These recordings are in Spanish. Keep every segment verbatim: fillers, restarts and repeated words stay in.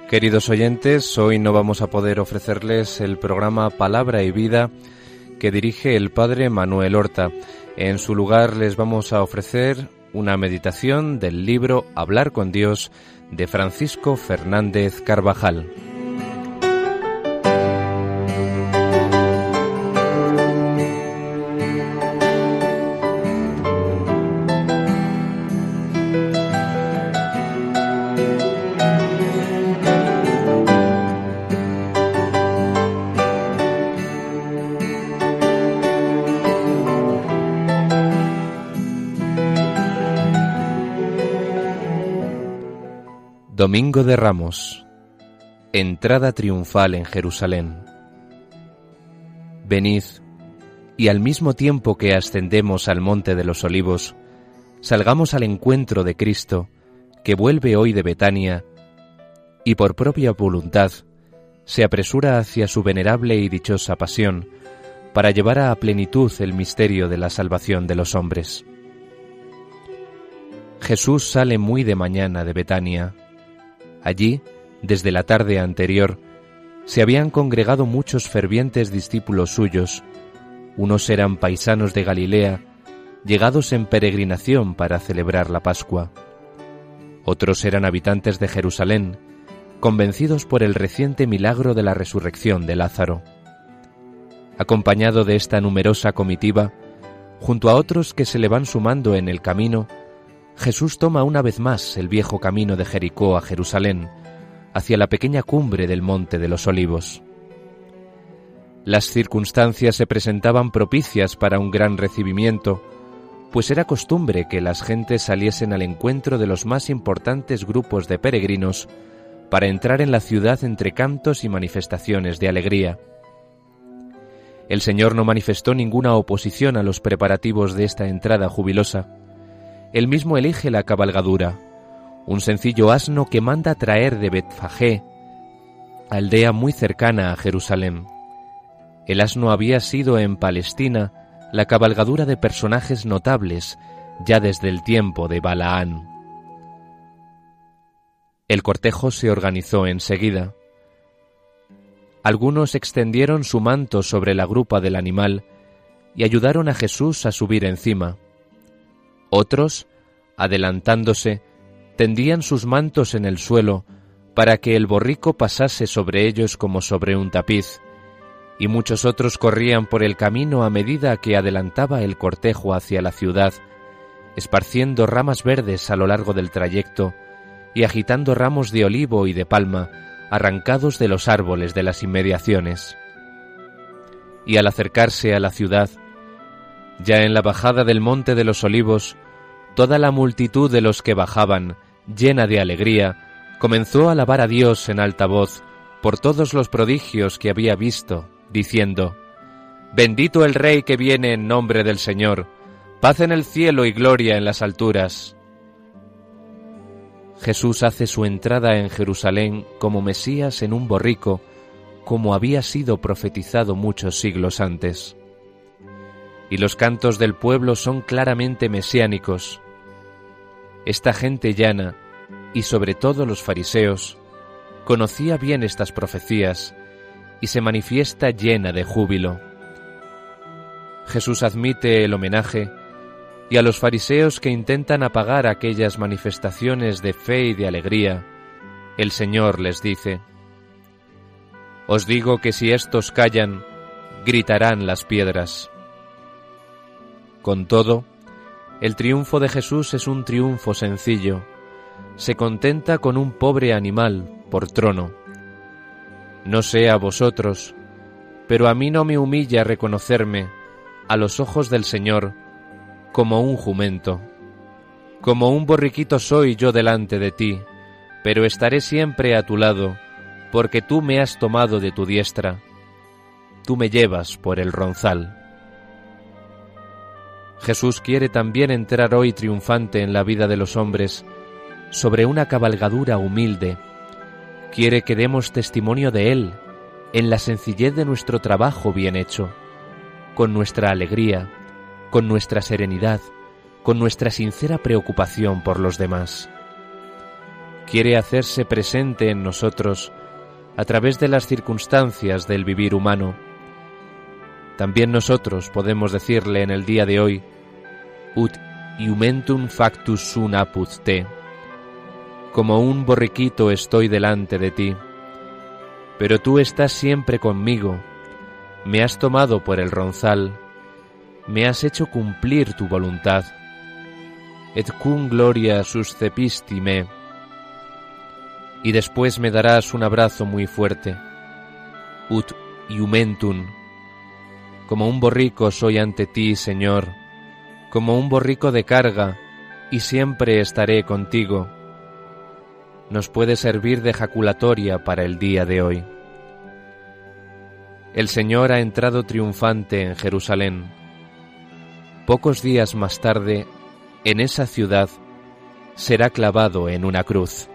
Queridos oyentes, hoy no vamos a poder ofrecerles el programa Palabra y Vida que dirige el Padre Manuel Horta. En su lugar les vamos a ofrecer una meditación del libro Hablar con Dios de Francisco Fernández Carvajal. Domingo de Ramos. Entrada triunfal en Jerusalén. Venid, y al mismo tiempo que ascendemos al monte de los Olivos, salgamos al encuentro de Cristo, que vuelve hoy de Betania, y por propia voluntad se apresura hacia su venerable y dichosa pasión, para llevar a plenitud el misterio de la salvación de los hombres. Jesús sale muy de mañana de Betania. Allí, desde la tarde anterior, se habían congregado muchos fervientes discípulos suyos. Unos eran paisanos de Galilea, llegados en peregrinación para celebrar la Pascua. Otros eran habitantes de Jerusalén, convencidos por el reciente milagro de la resurrección de Lázaro. Acompañado de esta numerosa comitiva, junto a otros que se le van sumando en el camino, Jesús toma una vez más el viejo camino de Jericó a Jerusalén, hacia la pequeña cumbre del Monte de los Olivos. Las circunstancias se presentaban propicias para un gran recibimiento, pues era costumbre que las gentes saliesen al encuentro de los más importantes grupos de peregrinos para entrar en la ciudad entre cantos y manifestaciones de alegría. El Señor no manifestó ninguna oposición a los preparativos de esta entrada jubilosa. Él mismo elige la cabalgadura, un sencillo asno que manda traer de Betfagé, aldea muy cercana a Jerusalén. El asno había sido en Palestina la cabalgadura de personajes notables ya desde el tiempo de Balaán. El cortejo se organizó enseguida. Algunos extendieron su manto sobre la grupa del animal y ayudaron a Jesús a subir encima. Otros, adelantándose, tendían sus mantos en el suelo para que el borrico pasase sobre ellos como sobre un tapiz, y muchos otros corrían por el camino a medida que adelantaba el cortejo hacia la ciudad, esparciendo ramas verdes a lo largo del trayecto y agitando ramos de olivo y de palma arrancados de los árboles de las inmediaciones. Y al acercarse a la ciudad, ya en la bajada del Monte de los Olivos, toda la multitud de los que bajaban, llena de alegría, comenzó a alabar a Dios en alta voz por todos los prodigios que había visto, diciendo: «Bendito el Rey que viene en nombre del Señor, paz en el cielo y gloria en las alturas». Jesús hace su entrada en Jerusalén como Mesías en un borrico, como había sido profetizado muchos siglos antes. Y los cantos del pueblo son claramente mesiánicos. Esta gente llana, y sobre todo los fariseos, conocía bien estas profecías y se manifiesta llena de júbilo. Jesús admite el homenaje, y a los fariseos que intentan apagar aquellas manifestaciones de fe y de alegría, el Señor les dice: «Os digo que si éstos callan, gritarán las piedras». Con todo, el triunfo de Jesús es un triunfo sencillo. Se contenta con un pobre animal por trono. No sé a vosotros, pero a mí no me humilla reconocerme, a los ojos del Señor, como un jumento. Como un borriquito soy yo delante de ti, pero estaré siempre a tu lado, porque tú me has tomado de tu diestra. Tú me llevas por el ronzal. Jesús quiere también entrar hoy triunfante en la vida de los hombres, sobre una cabalgadura humilde. Quiere que demos testimonio de Él, en la sencillez de nuestro trabajo bien hecho, con nuestra alegría, con nuestra serenidad, con nuestra sincera preocupación por los demás. quiere hacerse presente en nosotros a través de las circunstancias del vivir humano. También nosotros podemos decirle en el día de hoy: ut iumentum factus sum apud te. Como un borriquito estoy delante de ti, pero tú estás siempre conmigo, me has tomado por el ronzal, me has hecho cumplir tu voluntad. Et cum gloria suscepisti me. Y después me darás un abrazo muy fuerte. Ut iumentum. Como un borrico soy ante ti, Señor, como un borrico de carga, y siempre estaré contigo. Nos puede servir de jaculatoria para el día de hoy. El Señor ha entrado triunfante en Jerusalén. Pocos días más tarde, en esa ciudad, será clavado en una cruz.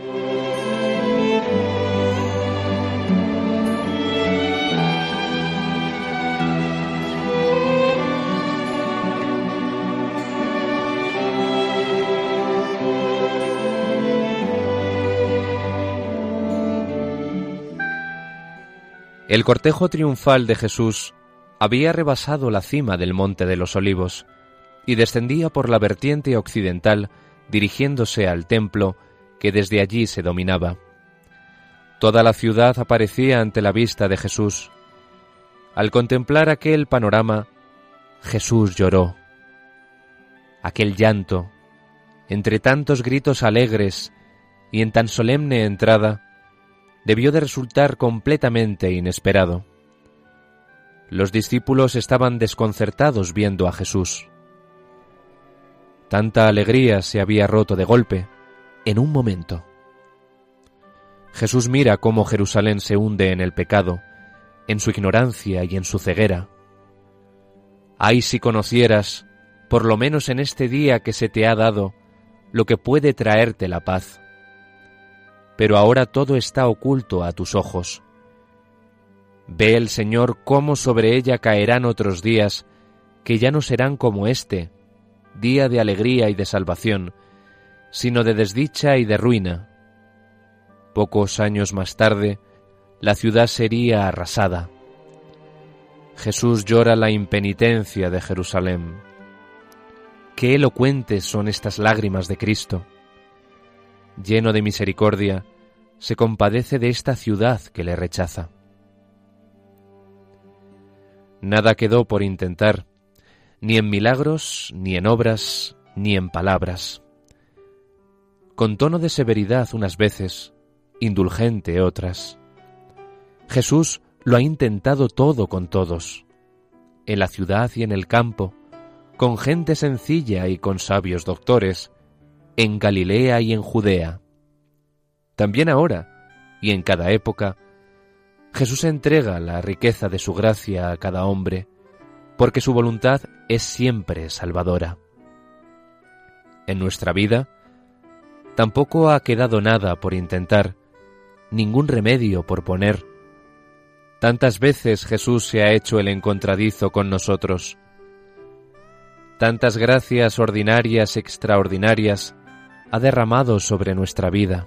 El cortejo triunfal de Jesús había rebasado la cima del Monte de los Olivos y descendía por la vertiente occidental dirigiéndose al templo que desde allí se dominaba. Toda la ciudad aparecía ante la vista de Jesús. Al contemplar aquel panorama, Jesús lloró. Aquel llanto, entre tantos gritos alegres y en tan solemne entrada, debió de resultar completamente inesperado. Los discípulos estaban desconcertados viendo a Jesús. Tanta alegría se había roto de golpe, en un momento. Jesús mira cómo Jerusalén se hunde en el pecado, en su ignorancia y en su ceguera. ¡Ay, si conocieras, por lo menos en este día que se te ha dado, lo que puede traerte la paz! Pero ahora todo está oculto a tus ojos. Ve el Señor cómo sobre ella caerán otros días, que ya no serán como este, día de alegría y de salvación, sino de desdicha y de ruina. Pocos años más tarde, la ciudad sería arrasada. Jesús llora la impenitencia de Jerusalén. Qué elocuentes son estas lágrimas de Cristo. Lleno de misericordia, se compadece de esta ciudad que le rechaza. Nada quedó por intentar, ni en milagros, ni en obras, ni en palabras. Con tono de severidad unas veces, indulgente otras. Jesús lo ha intentado todo con todos, en la ciudad y en el campo, con gente sencilla y con sabios doctores, en Galilea y en Judea. También ahora, y en cada época, Jesús entrega la riqueza de su gracia a cada hombre, porque su voluntad es siempre salvadora. En nuestra vida, tampoco ha quedado nada por intentar, ningún remedio por poner. Tantas veces Jesús se ha hecho el encontradizo con nosotros. Tantas gracias ordinarias, extraordinarias, ha derramado sobre nuestra vida.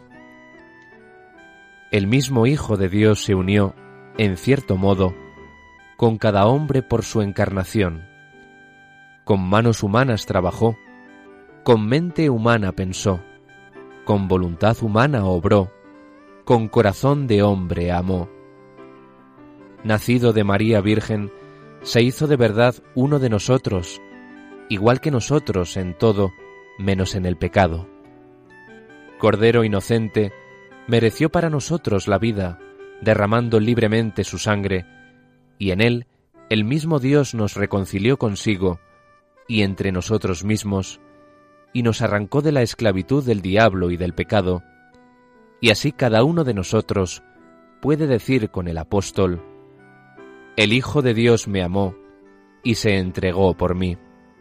El mismo Hijo de Dios se unió, en cierto modo, con cada hombre por su encarnación. Con manos humanas trabajó, con mente humana pensó, con voluntad humana obró, con corazón de hombre amó. Nacido de María Virgen, se hizo de verdad uno de nosotros, igual que nosotros en todo, menos en el pecado. Cordero inocente, mereció para nosotros la vida, derramando libremente su sangre, y en él el mismo Dios nos reconcilió consigo y entre nosotros mismos, y nos arrancó de la esclavitud del diablo y del pecado, y así cada uno de nosotros puede decir con el apóstol: el Hijo de Dios me amó y se entregó por mí.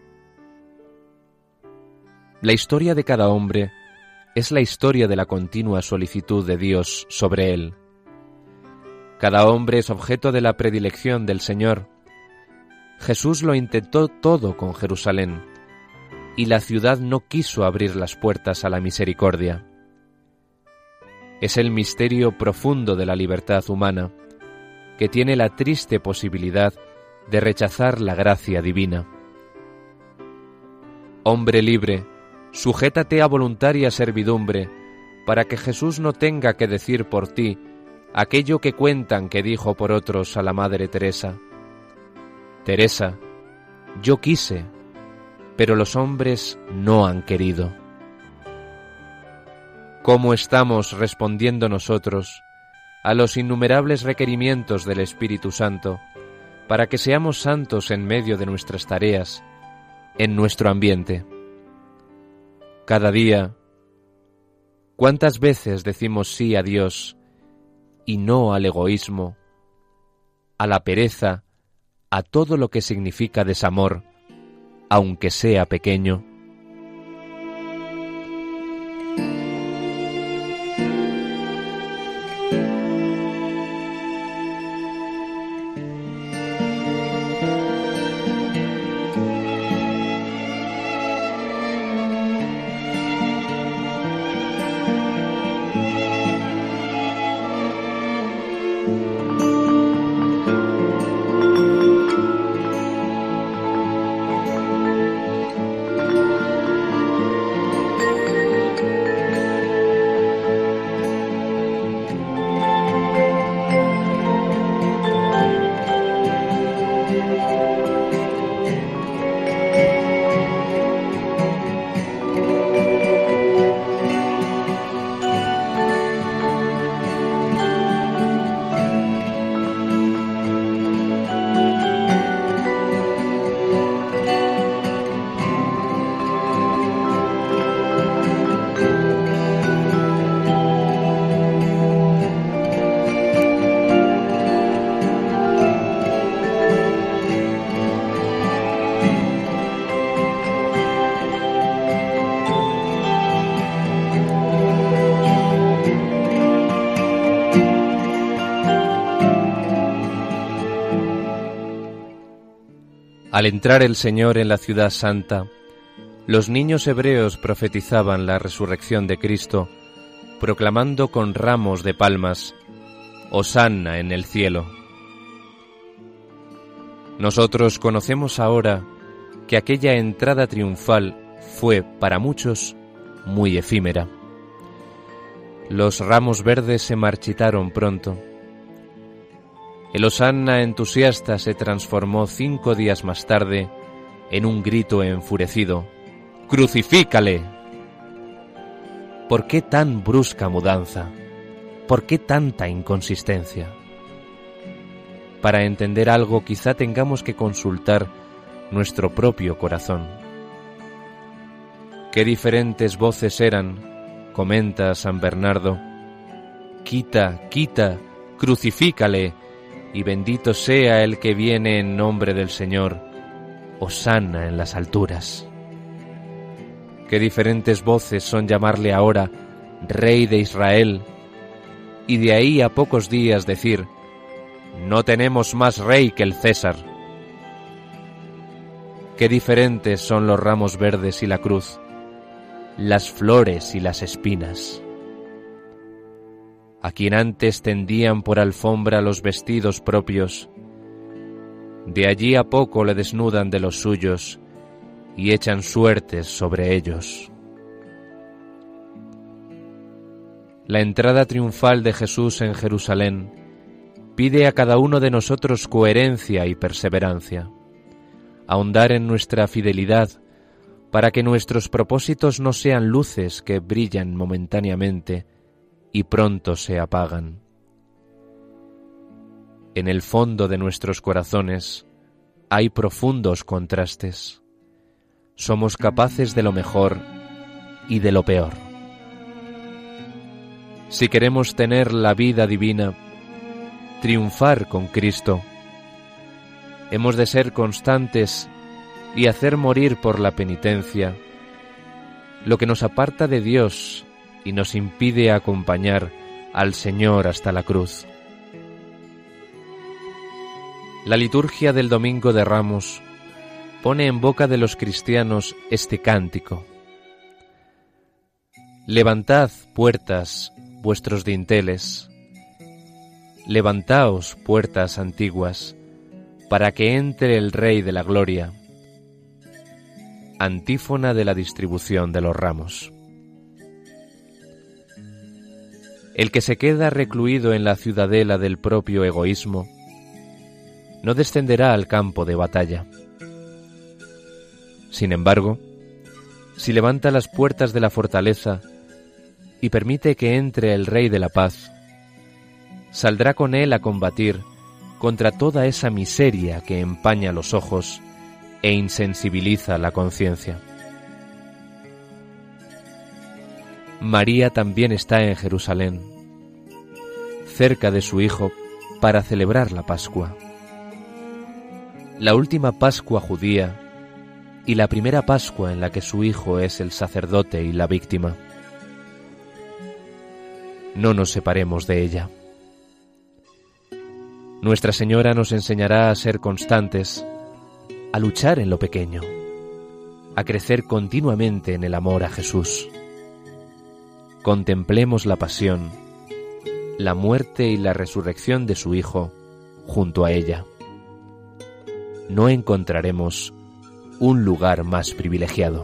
La historia de cada hombre es la historia de la continua solicitud de Dios sobre él. Cada hombre es objeto de la predilección del Señor. Jesús lo intentó todo con Jerusalén, y la ciudad no quiso abrir las puertas a la misericordia. Es el misterio profundo de la libertad humana, que tiene la triste posibilidad de rechazar la gracia divina. Hombre libre, sujétate a voluntaria servidumbre, para que Jesús no tenga que decir por ti aquello que cuentan que dijo por otros a la Madre Teresa. Teresa, yo quise, pero los hombres no han querido. ¿Cómo estamos respondiendo nosotros a los innumerables requerimientos del Espíritu Santo para que seamos santos en medio de nuestras tareas, en nuestro ambiente? Cada día, ¿cuántas veces decimos sí a Dios y no al egoísmo, a la pereza, a todo lo que significa desamor, aunque sea pequeño? Al entrar el Señor en la ciudad santa, los niños hebreos profetizaban la resurrección de Cristo, proclamando con ramos de palmas, «Hosanna en el cielo». Nosotros conocemos ahora que aquella entrada triunfal fue, para muchos, muy efímera. Los ramos verdes se marchitaron pronto. El hosanna entusiasta se transformó cinco días más tarde en un grito enfurecido: ¡Crucifícale! ¿Por qué tan brusca mudanza? ¿Por qué tanta inconsistencia? Para entender algo quizá tengamos que consultar nuestro propio corazón. Qué diferentes voces eran, comenta San Bernardo: «Quita, quita, crucifícale, y bendito sea el que viene en nombre del Señor, hosanna en las alturas». Qué diferentes voces son llamarle ahora Rey de Israel, y de ahí a pocos días decir: «No tenemos más rey que el César». Qué diferentes son los ramos verdes y la cruz, las flores y las espinas. A quien antes tendían por alfombra los vestidos propios, de allí a poco le desnudan de los suyos y echan suertes sobre ellos. La entrada triunfal de Jesús en Jerusalén pide a cada uno de nosotros coherencia y perseverancia, ahondar en nuestra fidelidad para que nuestros propósitos no sean luces que brillan momentáneamente y pronto se apagan. En el fondo de nuestros corazones hay profundos contrastes. Somos capaces de lo mejor y de lo peor. Si queremos tener la vida divina, triunfar con Cristo, hemos de ser constantes y hacer morir por la penitencia lo que nos aparta de Dios y nos impide acompañar al Señor hasta la cruz. La liturgia del Domingo de Ramos pone en boca de los cristianos este cántico: «Levantad, puertas, vuestros dinteles. Levantaos, puertas antiguas, para que entre el Rey de la Gloria. Antífona de la distribución de los ramos. El que se queda recluido en la ciudadela del propio egoísmo no descenderá al campo de batalla. Sin embargo, si levanta las puertas de la fortaleza y permite que entre el Rey de la Paz, saldrá con él a combatir contra toda esa miseria que empaña los ojos e insensibiliza la conciencia. María también está en Jerusalén, cerca de su Hijo, para celebrar la Pascua. La última Pascua judía y la primera Pascua en la que su Hijo es el sacerdote y la víctima. No nos separemos de ella. Nuestra Señora nos enseñará a ser constantes, a luchar en lo pequeño, a crecer continuamente en el amor a Jesús. Contemplemos la pasión, la muerte y la resurrección de su Hijo junto a ella. No encontraremos un lugar más privilegiado.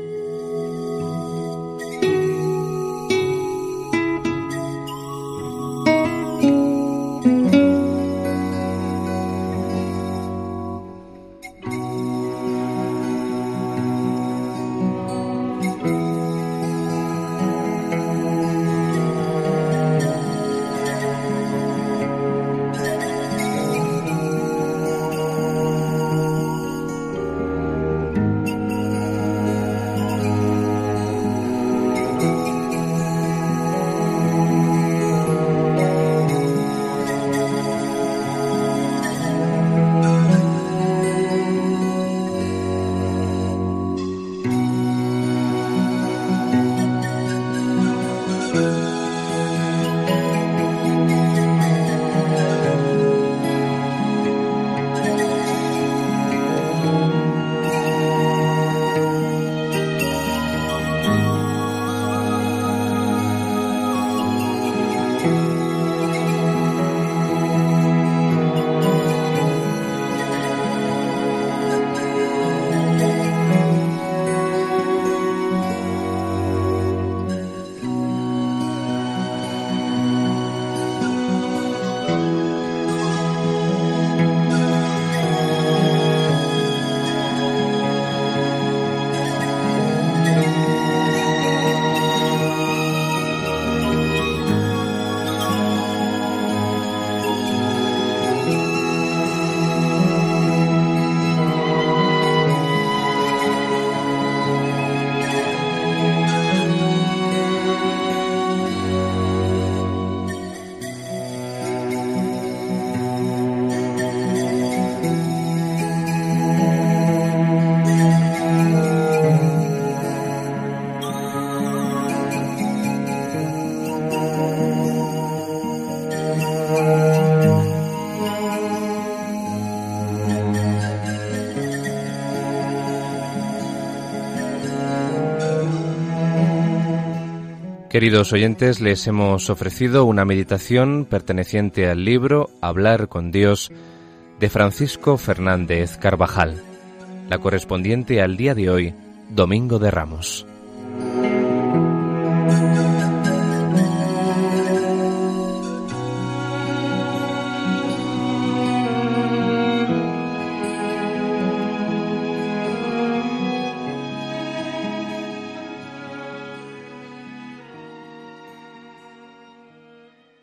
Queridos oyentes, les hemos ofrecido una meditación perteneciente al libro Hablar con Dios de Francisco Fernández Carvajal, la correspondiente al día de hoy, Domingo de Ramos.